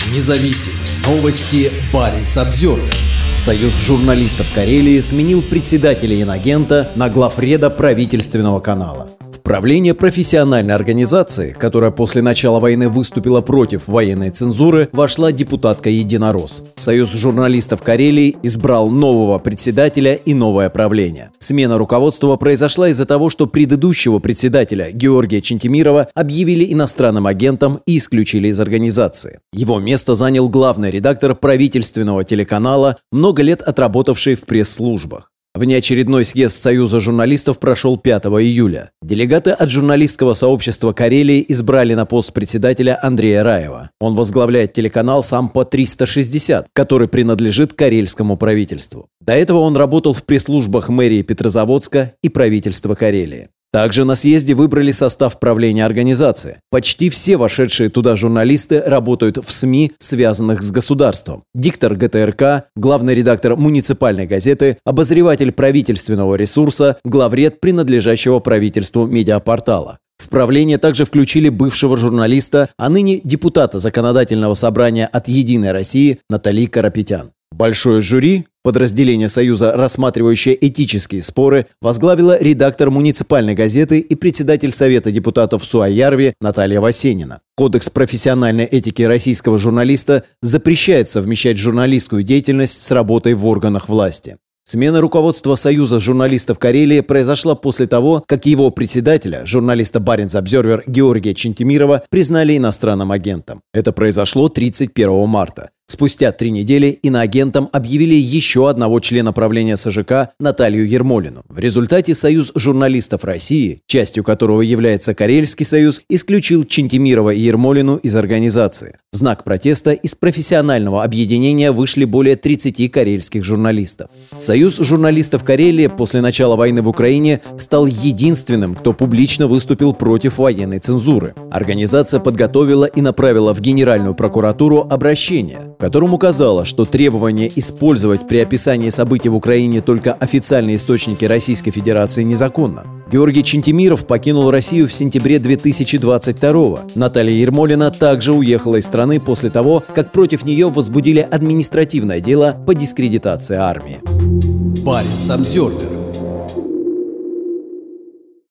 Независимые новости. Баренц-Обзервер. Союз журналистов Карелии сменил председателя инагента на главреда правительственного канала. В правление профессиональной организации, которая после начала войны выступила против военной цензуры, вошла депутатка Единорос. Союз журналистов Карелии избрал нового председателя и новое правление. Смена руководства произошла из-за того, что предыдущего председателя Георгия Чентимирова объявили иностранным агентом и исключили из организации. Его место занял главный редактор правительственного телеканала, много лет отработавший в пресс-службах. Внеочередной съезд Союза журналистов прошел 5 июля. Делегаты от журналистского сообщества Карелии избрали на пост председателя Андрея Раева. Он возглавляет телеканал «Сампо 360», который принадлежит карельскому правительству. До этого он работал в пресс-службах мэрии Петрозаводска и правительства Карелии. Также на съезде выбрали состав правления организации. Почти все вошедшие туда журналисты работают в СМИ, связанных с государством. Диктор ГТРК, главный редактор муниципальной газеты, обозреватель правительственного ресурса, главред принадлежащего правительству медиапортала. В правление также включили бывшего журналиста, а ныне депутата Законодательного собрания от «Единой России» Натали Карапетян. Большое жюри, подразделение Союза, рассматривающее этические споры, возглавила редактор муниципальной газеты и председатель Совета депутатов Суайярви Наталья Васенина. Кодекс профессиональной этики российского журналиста запрещает совмещать журналистскую деятельность с работой в органах власти. Смена руководства Союза журналистов Карелии произошла после того, как его председателя, журналиста Баренц-Обзервер Георгия Чентимирова, признали иностранным агентом. Это произошло 31 марта. Спустя 3 недели иноагентом объявили еще одного члена правления СЖК Наталью Ермолину. В результате Союз журналистов России, частью которого является Карельский союз, исключил Чентимирова и Ермолину из организации. В знак протеста из профессионального объединения вышли более 30 карельских журналистов. Союз журналистов Карелии после начала войны в Украине стал единственным, кто публично выступил против военной цензуры. Организация подготовила и направила в Генеральную прокуратуру обращение, в котором указала, что требование использовать при описании событий в Украине только официальные источники Российской Федерации незаконно. Георгий Чентимиров покинул Россию в сентябре 2022-го. Наталья Ермолина также уехала из страны после того, как против нее возбудили административное дело по дискредитации армии. Баренц-Обзервер.